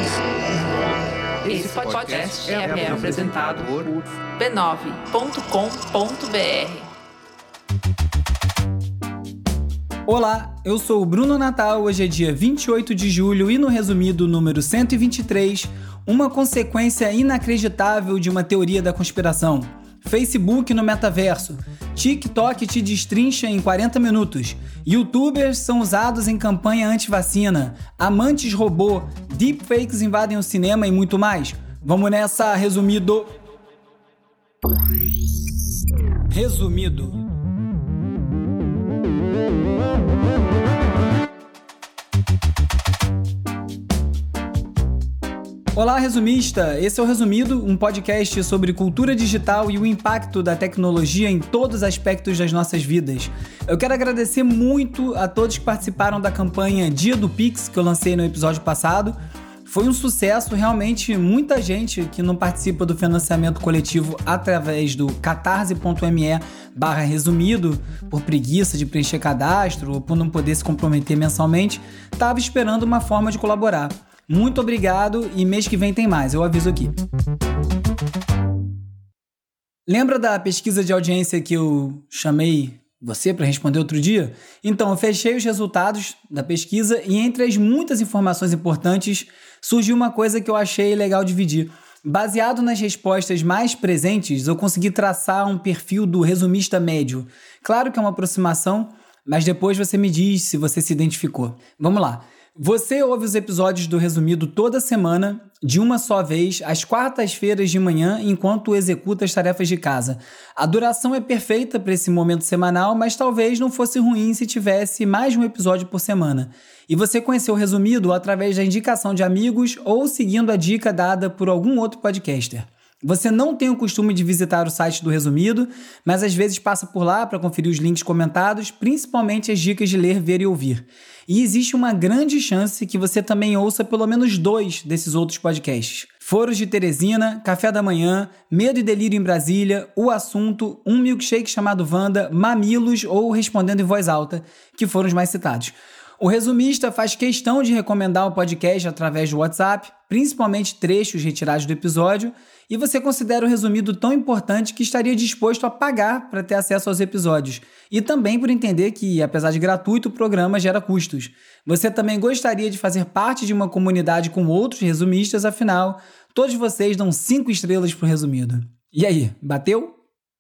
Esse podcast é apresentado por b9.com.br. Olá, eu sou o Bruno Natal, hoje é dia 28 de julho e no resumido número 123, uma consequência inacreditável de uma teoria da conspiração. Facebook no metaverso, TikTok te destrincha em 40 minutos, YouTubers são usados em campanha anti-vacina, amantes robô, deepfakes invadem o cinema e muito mais. Vamos nessa, resumido. Olá, resumista! Esse é o Resumido, um podcast sobre cultura digital e o impacto da tecnologia em todos os aspectos das nossas vidas. Eu quero agradecer muito a todos que participaram da campanha Dia do Pix, que eu lancei no episódio passado. Foi um sucesso, realmente, muita gente que não participa do financiamento coletivo através do catarse.me/resumido, por preguiça de preencher cadastro ou por não poder se comprometer mensalmente, estava esperando uma forma de colaborar. Muito obrigado e mês que vem tem mais, eu aviso aqui. Lembra da pesquisa de audiência que eu chamei você para responder outro dia? Então, eu fechei os resultados da pesquisa e entre as muitas informações importantes, surgiu uma coisa que eu achei legal dividir. Baseado nas respostas mais presentes, eu consegui traçar um perfil do resumista médio. Claro que é uma aproximação, mas depois você me diz se você se identificou. Vamos lá. Você ouve os episódios do Resumido toda semana, de uma só vez, às quartas-feiras de manhã, enquanto executa as tarefas de casa. A duração é perfeita para esse momento semanal, mas talvez não fosse ruim se tivesse mais de um episódio por semana. E você conheceu o Resumido através da indicação de amigos ou seguindo a dica dada por algum outro podcaster. Você não tem o costume de visitar o site do Resumido, mas às vezes passa por lá para conferir os links comentados, principalmente as dicas de ler, ver e ouvir. E existe uma grande chance que você também ouça pelo menos 2 desses outros podcasts. Foros de Teresina, Café da Manhã, Medo e Delírio em Brasília, O Assunto, Um Milkshake Chamado Wanda, Mamilos ou Respondendo em Voz Alta, que foram os mais citados. O resumista faz questão de recomendar o podcast através do WhatsApp, principalmente trechos retirados do episódio, e você considera o resumido tão importante que estaria disposto a pagar para ter acesso aos episódios. E também por entender que, apesar de gratuito, o programa gera custos. Você também gostaria de fazer parte de uma comunidade com outros resumistas, afinal, todos vocês dão 5 estrelas pro resumido. E aí, bateu?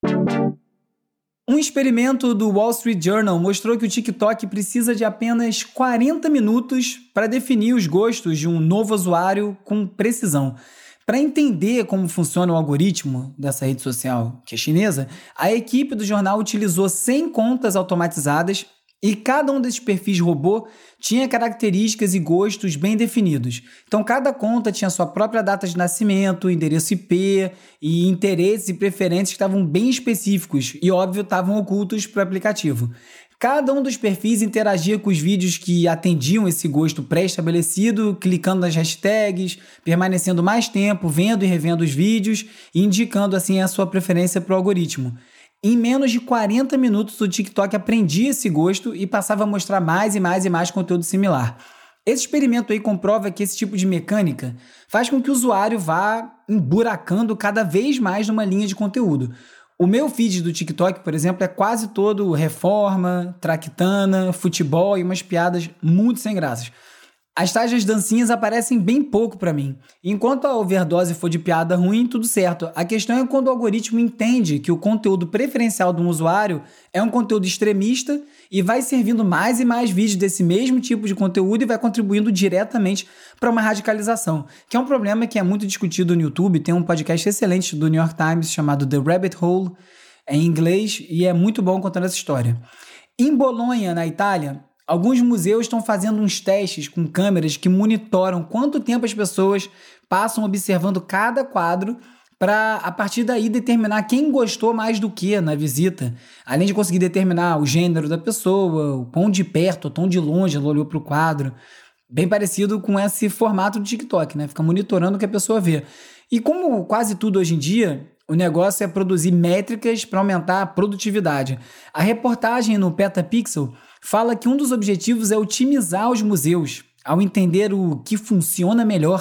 Um experimento do Wall Street Journal mostrou que o TikTok precisa de apenas 40 minutos para definir os gostos de um novo usuário com precisão. Para entender como funciona o algoritmo dessa rede social, que é chinesa, a equipe do jornal utilizou 100 contas automatizadas e cada um desses perfis robô tinha características e gostos bem definidos. Então, cada conta tinha sua própria data de nascimento, endereço IP e interesses e preferências que estavam bem específicos e, óbvio, estavam ocultos para o aplicativo. Cada um dos perfis interagia com os vídeos que atendiam esse gosto pré-estabelecido, clicando nas hashtags, permanecendo mais tempo, vendo e revendo os vídeos e indicando assim a sua preferência para o algoritmo. Em menos de 40 minutos, o TikTok aprendia esse gosto e passava a mostrar mais e mais e mais conteúdo similar. Esse experimento aí comprova que esse tipo de mecânica faz com que o usuário vá emburacando cada vez mais numa linha de conteúdo. O meu feed do TikTok, por exemplo, é quase todo reforma, traquitana, futebol e umas piadas muito sem graças. As tais das dancinhas aparecem bem pouco pra mim. Enquanto a overdose for de piada ruim, tudo certo. A questão é quando o algoritmo entende que o conteúdo preferencial de um usuário é um conteúdo extremista e vai servindo mais e mais vídeos desse mesmo tipo de conteúdo e vai contribuindo diretamente para uma radicalização, que é um problema que é muito discutido no YouTube. Tem um podcast excelente do New York Times chamado The Rabbit Hole, em inglês, e é muito bom contando essa história. Em Bolonha, na Itália, alguns museus estão fazendo uns testes com câmeras que monitoram quanto tempo as pessoas passam observando cada quadro para, a partir daí, determinar quem gostou mais do que na visita, além de conseguir determinar o gênero da pessoa, o quão de perto, o quão de longe ela olhou para o quadro. Bem parecido com esse formato do TikTok, né? Fica monitorando o que a pessoa vê. E como quase tudo hoje em dia, o negócio é produzir métricas para aumentar a produtividade. A reportagem no Petapixel fala que um dos objetivos é otimizar os museus, ao entender o que funciona melhor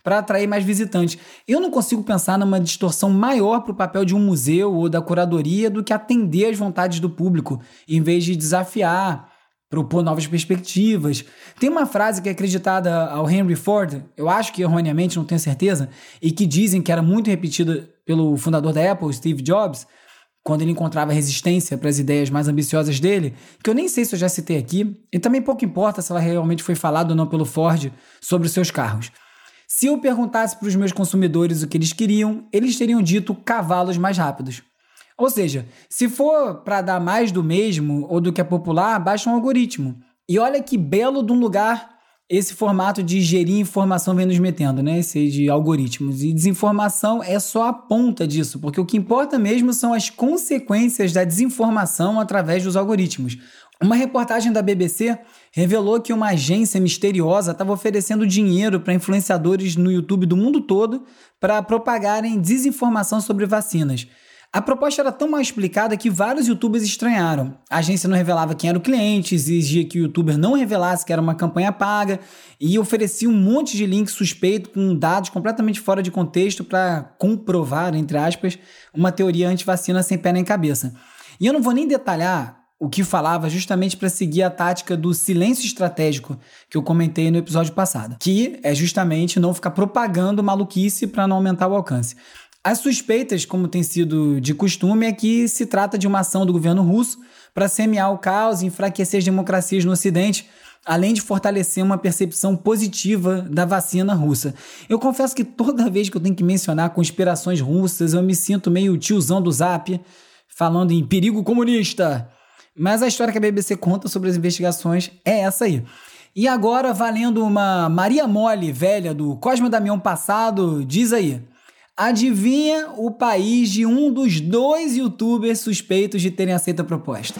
para atrair mais visitantes. Eu não consigo pensar numa distorção maior para o papel de um museu ou da curadoria do que atender às vontades do público, em vez de desafiar, propor novas perspectivas. Tem uma frase que é acreditada ao Henry Ford, eu acho que erroneamente, não tenho certeza, e que dizem que era muito repetida pelo fundador da Apple, Steve Jobs, quando ele encontrava resistência para as ideias mais ambiciosas dele, que eu nem sei se eu já citei aqui, e também pouco importa se ela realmente foi falada ou não pelo Ford sobre os seus carros. Se eu perguntasse para os meus consumidores o que eles queriam, eles teriam dito cavalos mais rápidos. Ou seja, se for para dar mais do mesmo ou do que é popular, baixa um algoritmo. E olha que belo de um lugar esse formato de gerir informação vem nos metendo, né? Esse de algoritmos. E desinformação é só a ponta disso, porque o que importa mesmo são as consequências da desinformação através dos algoritmos. Uma reportagem da BBC revelou que uma agência misteriosa estava oferecendo dinheiro para influenciadores no YouTube do mundo todo para propagarem desinformação sobre vacinas. A proposta era tão mal explicada que vários youtubers estranharam. A agência não revelava quem era o cliente, exigia que o youtuber não revelasse que era uma campanha paga e oferecia um monte de links suspeitos com dados completamente fora de contexto para comprovar, entre aspas, uma teoria anti-vacina sem pé nem cabeça. E eu não vou nem detalhar o que falava justamente para seguir a tática do silêncio estratégico que eu comentei no episódio passado, que é justamente não ficar propagando maluquice para não aumentar o alcance. As suspeitas, como tem sido de costume, é que se trata de uma ação do governo russo para semear o caos e enfraquecer as democracias no Ocidente, além de fortalecer uma percepção positiva da vacina russa. Eu confesso que toda vez que eu tenho que mencionar conspirações russas, eu me sinto meio tiozão do Zap, falando em perigo comunista. Mas a história que a BBC conta sobre as investigações é essa aí. E agora, valendo uma Maria Mole velha do Cosmo Damião passado, diz aí: adivinha o país de um dos 2 youtubers suspeitos de terem aceito a proposta?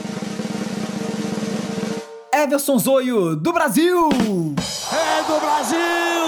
Everson Zoio, do Brasil! É do Brasil!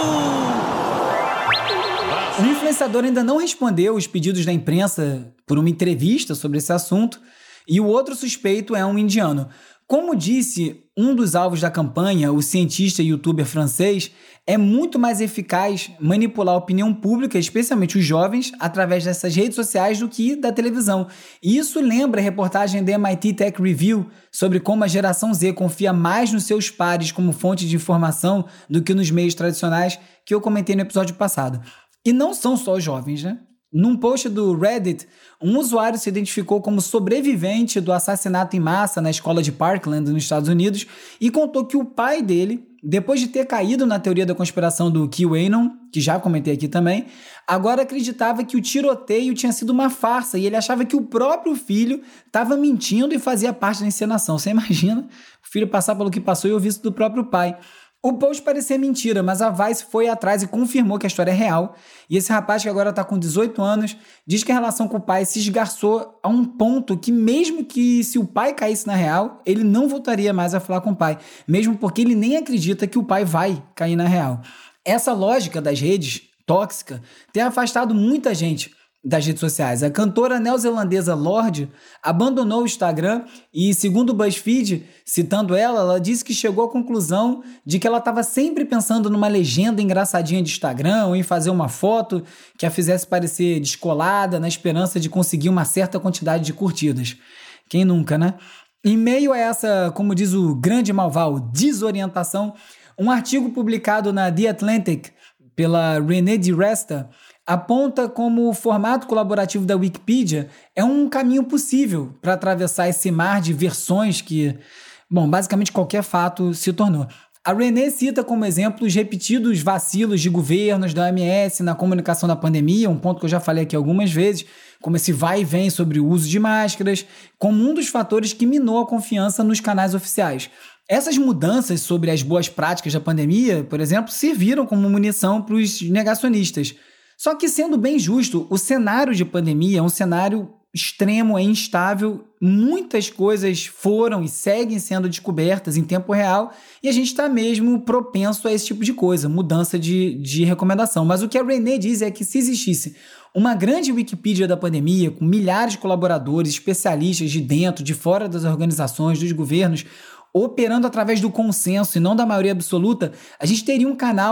O influenciador ainda não respondeu os pedidos da imprensa por uma entrevista sobre esse assunto, e o outro suspeito é um indiano. Como disse um dos alvos da campanha, o cientista e youtuber francês, é muito mais eficaz manipular a opinião pública, especialmente os jovens, através dessas redes sociais do que da televisão. E isso lembra a reportagem da MIT Tech Review sobre como a geração Z confia mais nos seus pares como fonte de informação do que nos meios tradicionais, que eu comentei no episódio passado. E não são só os jovens, né? Num post do Reddit, um usuário se identificou como sobrevivente do assassinato em massa na escola de Parkland, nos Estados Unidos, e contou que o pai dele, depois de ter caído na teoria da conspiração do QAnon, que já comentei aqui também, agora acreditava que o tiroteio tinha sido uma farsa e ele achava que o próprio filho estava mentindo e fazia parte da encenação. Você imagina o filho passar pelo que passou e ouvir isso do próprio pai. O post parecia mentira, mas a Vice foi atrás e confirmou que a história é real. E esse rapaz, que agora está com 18 anos, diz que a relação com o pai se esgarçou a um ponto que, mesmo que se o pai caísse na real, ele não voltaria mais a falar com o pai, mesmo porque ele nem acredita que o pai vai cair na real. Essa lógica das redes tóxica tem afastado muita gente das redes sociais. A cantora neozelandesa Lorde abandonou o Instagram e, segundo o BuzzFeed, citando ela disse que chegou à conclusão de que ela estava sempre pensando numa legenda engraçadinha de Instagram ou em fazer uma foto que a fizesse parecer descolada, na esperança de conseguir uma certa quantidade de curtidas. Quem nunca, né? Em meio a essa, como diz o grande malval, desorientação, um artigo publicado na The Atlantic pela René DiResta aponta como o formato colaborativo da Wikipedia é um caminho possível para atravessar esse mar de versões que, basicamente qualquer fato se tornou. A René cita como exemplo os repetidos vacilos de governos, da OMS na comunicação da pandemia, um ponto que eu já falei aqui algumas vezes, como esse vai e vem sobre o uso de máscaras, como um dos fatores que minou a confiança nos canais oficiais. Essas mudanças sobre as boas práticas da pandemia, por exemplo, serviram como munição para os negacionistas. Só que, sendo bem justo, o cenário de pandemia é um cenário extremo, é instável, muitas coisas foram e seguem sendo descobertas em tempo real e a gente está mesmo propenso a esse tipo de coisa, mudança de recomendação. Mas o que a René diz é que se existisse uma grande Wikipedia da pandemia, com milhares de colaboradores, especialistas de dentro, de fora das organizações, dos governos, operando através do consenso e não da maioria absoluta, a gente teria um canal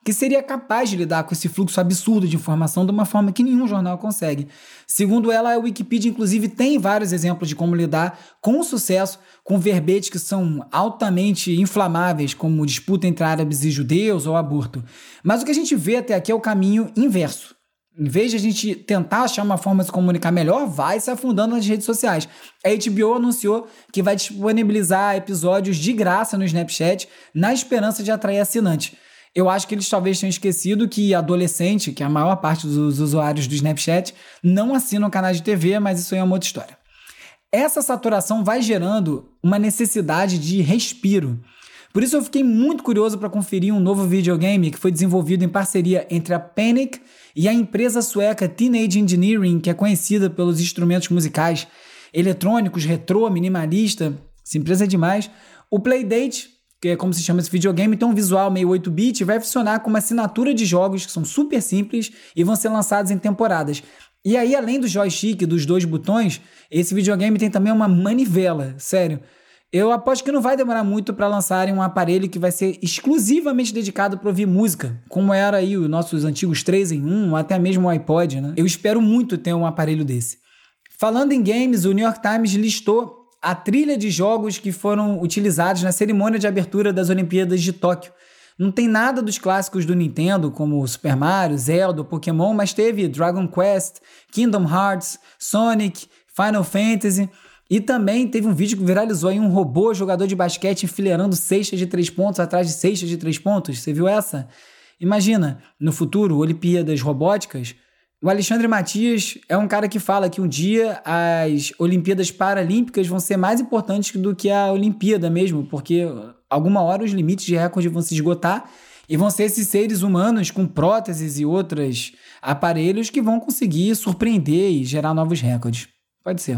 que seria capaz de lidar com esse fluxo absurdo de informação de uma forma que nenhum jornal consegue. Segundo ela, a Wikipedia, inclusive, tem vários exemplos de como lidar com sucesso com verbetes que são altamente inflamáveis, como disputa entre árabes e judeus ou aborto. Mas o que a gente vê até aqui é o caminho inverso. Em vez de a gente tentar achar uma forma de se comunicar melhor, vai se afundando nas redes sociais. A HBO anunciou que vai disponibilizar episódios de graça no Snapchat na esperança de atrair assinantes. Eu acho que eles talvez tenham esquecido que adolescente, que é a maior parte dos usuários do Snapchat, não assinam canais de TV, mas isso aí é uma outra história. Essa saturação vai gerando uma necessidade de respiro. Por isso eu fiquei muito curioso para conferir um novo videogame que foi desenvolvido em parceria entre a Panic e a empresa sueca Teenage Engineering, que é conhecida pelos instrumentos musicais eletrônicos, retrô, minimalista. Essa empresa é demais. O Playdate, que é como se chama esse videogame, tem um visual meio 8-bit e vai funcionar com uma assinatura de jogos que são super simples e vão ser lançados em temporadas. E aí, além do joystick e dos 2 botões, esse videogame tem também uma manivela. Sério, eu aposto que não vai demorar muito para lançarem um aparelho que vai ser exclusivamente dedicado para ouvir música, como era aí os nossos antigos 3-em-1, ou até mesmo o iPod, né? Eu espero muito ter um aparelho desse. Falando em games, o New York Times listou a trilha de jogos que foram utilizados na cerimônia de abertura das Olimpíadas de Tóquio. Não tem nada dos clássicos do Nintendo, como Super Mario, Zelda, Pokémon, mas teve Dragon Quest, Kingdom Hearts, Sonic, Final Fantasy. E também teve um vídeo que viralizou aí um robô jogador de basquete enfileirando cestas de 3 pontos atrás de cestas de 3 pontos. Você viu essa? Imagina, no futuro, Olimpíadas robóticas. O Alexandre Matias é um cara que fala que um dia as Olimpíadas Paralímpicas vão ser mais importantes do que a Olimpíada mesmo, porque alguma hora os limites de recorde vão se esgotar e vão ser esses seres humanos com próteses e outros aparelhos que vão conseguir surpreender e gerar novos recordes. Pode ser.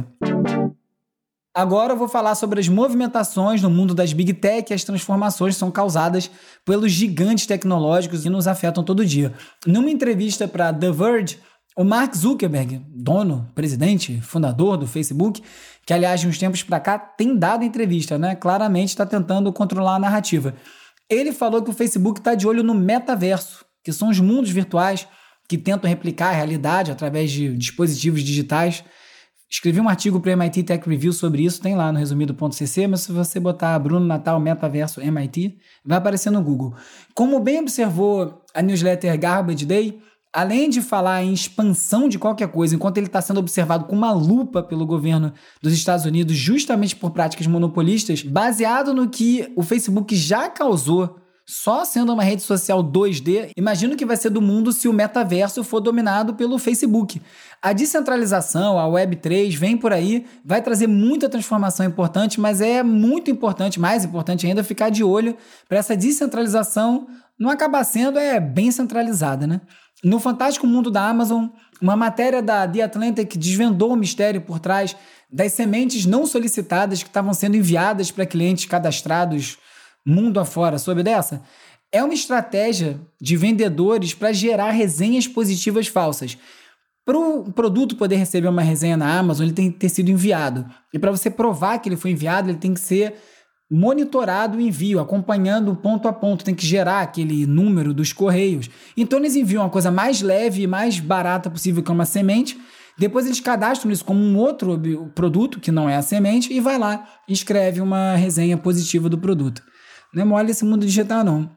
Agora eu vou falar sobre as movimentações no mundo das Big Tech e as transformações que são causadas pelos gigantes tecnológicos que nos afetam todo dia. Numa entrevista para The Verge, o Mark Zuckerberg, dono, presidente, fundador do Facebook, que aliás de uns tempos para cá tem dado entrevista, né? Claramente está tentando controlar a narrativa. Ele falou que o Facebook está de olho no metaverso, que são os mundos virtuais que tentam replicar a realidade através de dispositivos digitais. Escrevi um artigo para o MIT Tech Review sobre isso, tem lá no resumido.cc, mas se você botar Bruno Natal Metaverso MIT, vai aparecer no Google. Como bem observou a newsletter Garbage Day, além de falar em expansão de qualquer coisa, enquanto ele está sendo observado com uma lupa pelo governo dos Estados Unidos, justamente por práticas monopolistas, baseado no que o Facebook já causou, só sendo uma rede social 2D, imagino que vai ser do mundo se o metaverso for dominado pelo Facebook. A descentralização, a Web3, vem por aí, vai trazer muita transformação importante, mas é muito importante, mais importante ainda, ficar de olho para essa descentralização não acabar sendo bem centralizada, né? No fantástico mundo da Amazon, uma matéria da The Atlantic desvendou o mistério por trás das sementes não solicitadas que estavam sendo enviadas para clientes cadastrados mundo afora. Soube dessa? É uma estratégia de vendedores para gerar resenhas positivas falsas. Para o produto poder receber uma resenha na Amazon, ele tem que ter sido enviado. E para você provar que ele foi enviado, ele tem que ser monitorado o envio, acompanhando ponto a ponto, tem que gerar aquele número dos correios. Então eles enviam a coisa mais leve e mais barata possível, que é uma semente, depois eles cadastram isso como um outro produto, que não é a semente, e vai lá e escreve uma resenha positiva do produto. Não é mole esse mundo digital, não.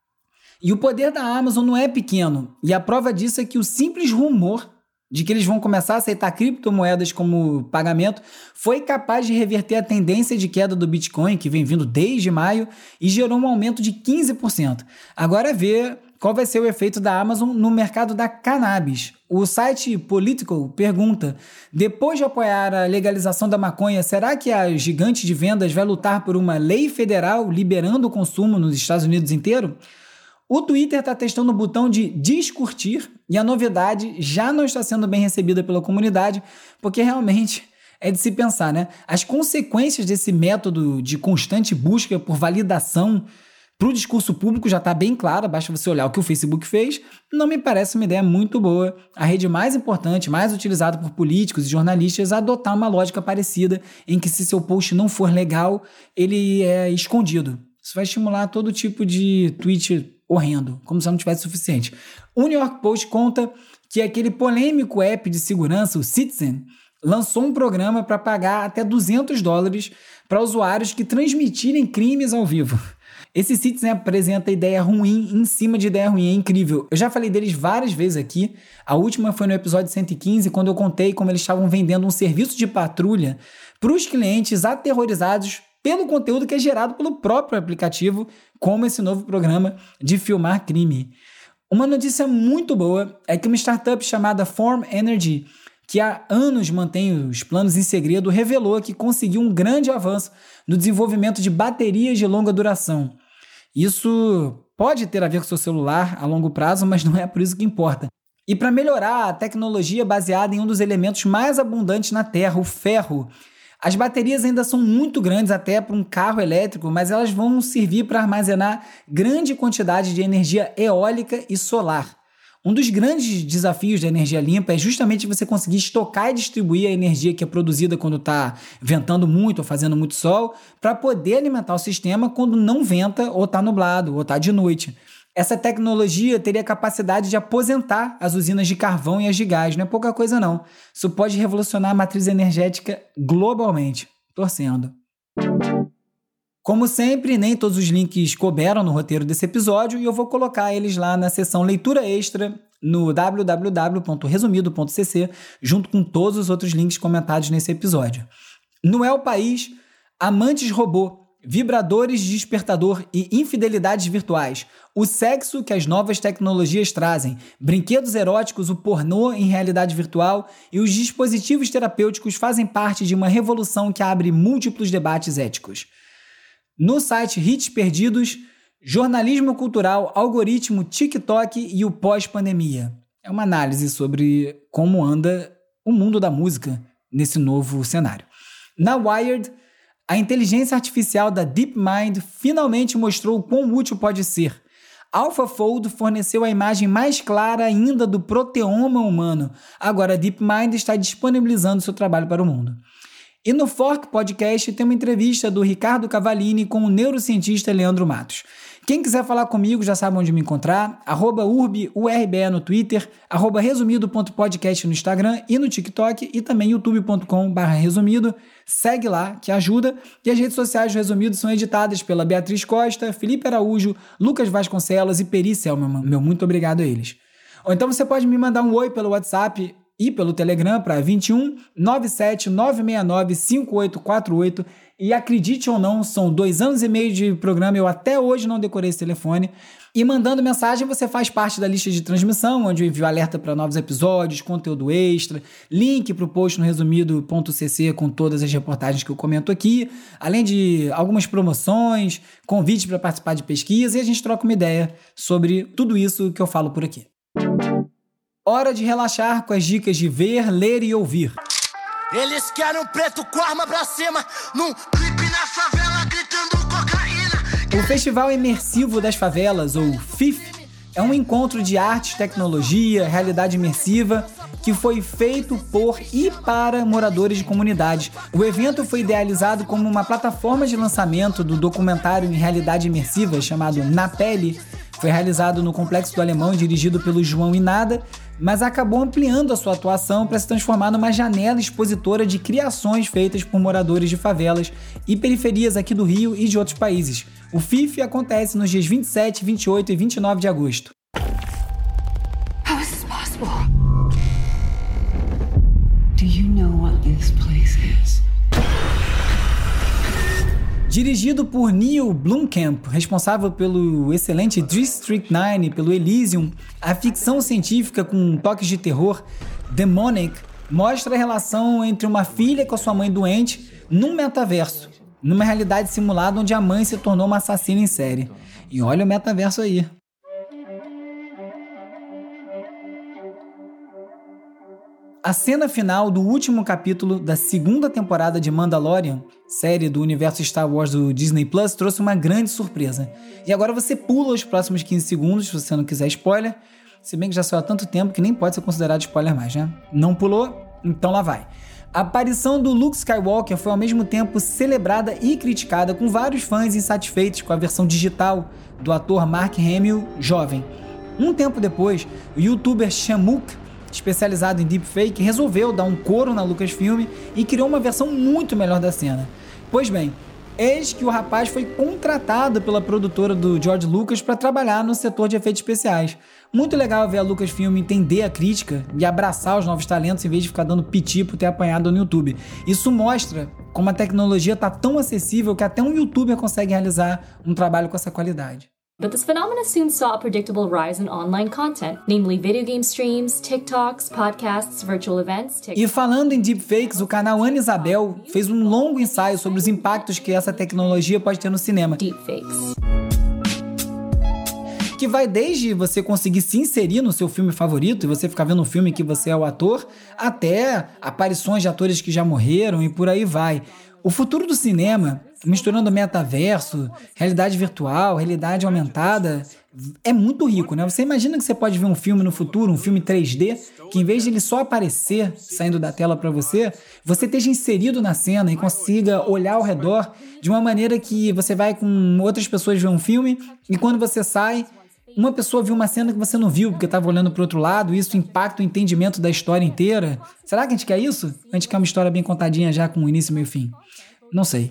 E o poder da Amazon não é pequeno, e a prova disso é que o simples rumor de que eles vão começar a aceitar criptomoedas como pagamento, foi capaz de reverter a tendência de queda do Bitcoin, que vem vindo desde maio, e gerou um aumento de 15%. Agora é ver qual vai ser o efeito da Amazon no mercado da cannabis. O site Political pergunta, depois de apoiar a legalização da maconha, será que a gigante de vendas vai lutar por uma lei federal liberando o consumo nos Estados Unidos inteiro? O Twitter está testando o botão de descurtir e a novidade já não está sendo bem recebida pela comunidade, porque realmente é de se pensar, né? As consequências desse método de constante busca por validação para o discurso público já está bem clara, basta você olhar o que o Facebook fez. Não me parece uma ideia muito boa. A rede mais importante, mais utilizada por políticos e jornalistas, adotar uma lógica parecida em que se seu post não for legal, ele é escondido. Isso vai estimular todo tipo de tweet horrendo, como se não tivesse suficiente. O New York Post conta que aquele polêmico app de segurança, o Citizen, lançou um programa para pagar até $200 para usuários que transmitirem crimes ao vivo. Esse Citizen apresenta ideia ruim em cima de ideia ruim, é incrível. Eu já falei deles várias vezes aqui. A última foi no episódio 115, quando eu contei como eles estavam vendendo um serviço de patrulha para os clientes aterrorizados pelo conteúdo que é gerado pelo próprio aplicativo, como esse novo programa de filmar crime. Uma notícia muito boa é que uma startup chamada Form Energy, que há anos mantém os planos em segredo, revelou que conseguiu um grande avanço no desenvolvimento de baterias de longa duração. Isso pode ter a ver com seu celular a longo prazo, mas não é por isso que importa. E para melhorar a tecnologia baseada em um dos elementos mais abundantes na Terra, o ferro, as baterias ainda são muito grandes até para um carro elétrico, mas elas vão servir para armazenar grande quantidade de energia eólica e solar. Um dos grandes desafios da energia limpa é justamente você conseguir estocar e distribuir a energia que é produzida quando está ventando muito ou fazendo muito sol, para poder alimentar o sistema quando não venta ou está nublado ou está de noite. Essa tecnologia teria a capacidade de aposentar as usinas de carvão e as de gás, não é pouca coisa não. Isso pode revolucionar a matriz energética globalmente. Torcendo. Como sempre, nem todos os links couberam no roteiro desse episódio e eu vou colocar eles lá na seção leitura extra no www.resumido.cc, junto com todos os outros links comentados nesse episódio. No El País, amantes robô, vibradores de despertador e infidelidades virtuais, o sexo que as novas tecnologias trazem, brinquedos eróticos, o pornô em realidade virtual e os dispositivos terapêuticos fazem parte de uma revolução que abre múltiplos debates éticos. No site Hits Perdidos, jornalismo cultural, algoritmo, TikTok e o pós-pandemia. É uma análise sobre como anda o mundo da música nesse novo cenário. Na Wired, a inteligência artificial da DeepMind finalmente mostrou o quão útil pode ser. AlphaFold forneceu a imagem mais clara ainda do proteoma humano. Agora a DeepMind está disponibilizando seu trabalho para o mundo. E no Fork Podcast tem uma entrevista do Ricardo Cavallini com o neurocientista Leandro Matos. Quem quiser falar comigo já sabe onde me encontrar, @urbe no Twitter, @resumido.podcast no Instagram e no TikTok e também youtube.com/resumido. Segue lá, que ajuda. E as redes sociais do Resumido são editadas pela Beatriz Costa, Felipe Araújo, Lucas Vasconcelos e Peri Selman. Meu muito obrigado a eles. Ou então você pode me mandar um oi pelo WhatsApp e pelo Telegram para 21 97 969 5848. E acredite ou não, são 2 anos e meio de programa, eu até hoje não decorei esse telefone. E mandando mensagem, você faz parte da lista de transmissão, onde eu envio alerta para novos episódios, conteúdo extra, link para o post no resumido.cc com todas as reportagens que eu comento aqui, além de algumas promoções, convites para participar de pesquisa, e a gente troca uma ideia sobre tudo isso que eu falo por aqui. Hora de relaxar com as dicas de ver, ler e ouvir. Eles querem um preto com arma pra cima, num clipe na favela gritando cocaína. O Festival Imersivo das Favelas, ou FIF, é um encontro de artes, tecnologia, realidade imersiva que foi feito por e para moradores de comunidades. O evento foi idealizado como uma plataforma de lançamento do documentário em realidade imersiva chamado Na Pele. Foi realizado no Complexo do Alemão, dirigido pelo João Inada, mas acabou ampliando a sua atuação para se transformar numa janela expositora de criações feitas por moradores de favelas e periferias aqui do Rio e de outros países. O FIF acontece nos dias 27, 28 e 29 de agosto. How is this possible? Do you know what this place is? Dirigido por Neil Blomkamp, responsável pelo excelente District 9 e pelo Elysium, a ficção científica com toques de terror, Demonic, mostra a relação entre uma filha com a sua mãe doente num metaverso, numa realidade simulada onde a mãe se tornou uma assassina em série. E olha o metaverso aí. A cena final do último capítulo da segunda temporada de Mandalorian, série do universo Star Wars do Disney Plus, trouxe uma grande surpresa. E agora você pula os próximos 15 segundos, se você não quiser spoiler, se bem que já saiu há tanto tempo que nem pode ser considerado spoiler mais, né? Não pulou? Então lá vai. A aparição do Luke Skywalker foi ao mesmo tempo celebrada e criticada, com vários fãs insatisfeitos com a versão digital do ator Mark Hamill jovem. Um tempo depois, o youtuber Shamook, especializado em deepfake, resolveu dar um coro na Lucasfilm e criou uma versão muito melhor da cena. Pois bem, eis que o rapaz foi contratado pela produtora do George Lucas para trabalhar no setor de efeitos especiais. Muito legal ver a Lucasfilm entender a crítica e abraçar os novos talentos em vez de ficar dando piti por ter apanhado no YouTube. Isso mostra como a tecnologia está tão acessível que até um youtuber consegue realizar um trabalho com essa qualidade. But this phenomenon soon saw a predictable rise in online content, namely video game streams, TikToks, podcasts, virtual events. E falando em deepfakes, o canal Ana Isabel fez um longo ensaio sobre os impactos que essa tecnologia pode ter no cinema. Deepfakes. Que vai desde você conseguir se inserir no seu filme favorito e você ficar vendo um filme que você é o ator, até aparições de atores que já morreram e por aí vai. O futuro do cinema, misturando metaverso, realidade virtual, realidade aumentada, é muito rico, né? Você imagina que você pode ver um filme no futuro, um filme 3D, que em vez de ele só aparecer saindo da tela para você esteja inserido na cena e consiga olhar ao redor de uma maneira que você vai com outras pessoas ver um filme e quando você sai, uma pessoa viu uma cena que você não viu porque estava olhando para o outro lado e isso impacta o entendimento da história inteira. Será que a gente quer isso? A gente quer uma história bem contadinha já com início, meio e fim? Não sei.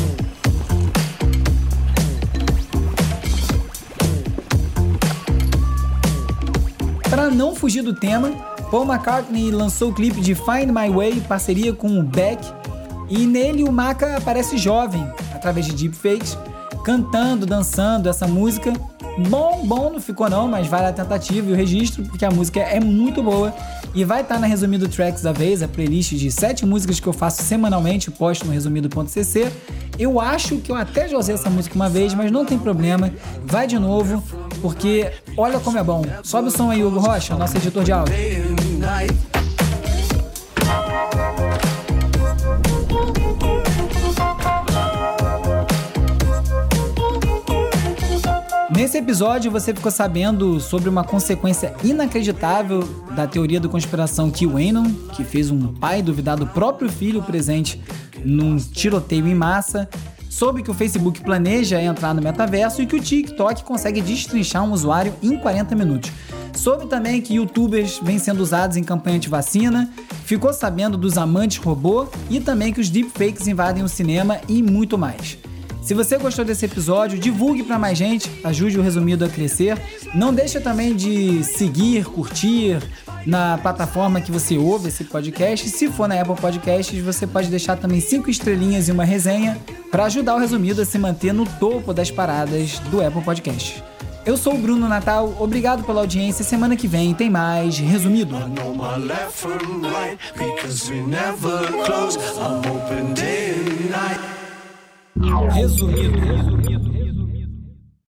Para não fugir do tema, Paul McCartney lançou o clipe de Find My Way em parceria com o Beck e nele o Maca aparece jovem, através de deepfakes, cantando, dançando essa música. Bom não ficou não, mas vale a tentativa e o registro, porque a música é muito boa e vai estar na Resumido Tracks da vez, a playlist de 7 músicas que eu faço semanalmente, posto no resumido.cc. Eu acho que eu até já usei essa música uma vez, mas não tem problema, vai de novo, porque olha como é bom. Sobe o som aí, Hugo Rocha, nosso editor de áudio. Nesse episódio você ficou sabendo sobre uma consequência inacreditável da teoria da conspiração QAnon, que fez um pai duvidar do próprio filho presente num tiroteio em massa, soube que o Facebook planeja entrar no metaverso e que o TikTok consegue destrinchar um usuário em 40 minutos. Soube também que youtubers vêm sendo usados em campanha de vacina, ficou sabendo dos amantes robô e também que os deepfakes invadem o cinema e muito mais. Se você gostou desse episódio, divulgue para mais gente, ajude o Resumido a crescer. Não deixa também de seguir, curtir na plataforma que você ouve esse podcast. Se for na Apple Podcasts, você pode deixar também 5 estrelinhas e uma resenha para ajudar o Resumido a se manter no topo das paradas do Apple Podcasts. Eu sou o Bruno Natal, obrigado pela audiência. Semana que vem tem mais Resumido. Resumido.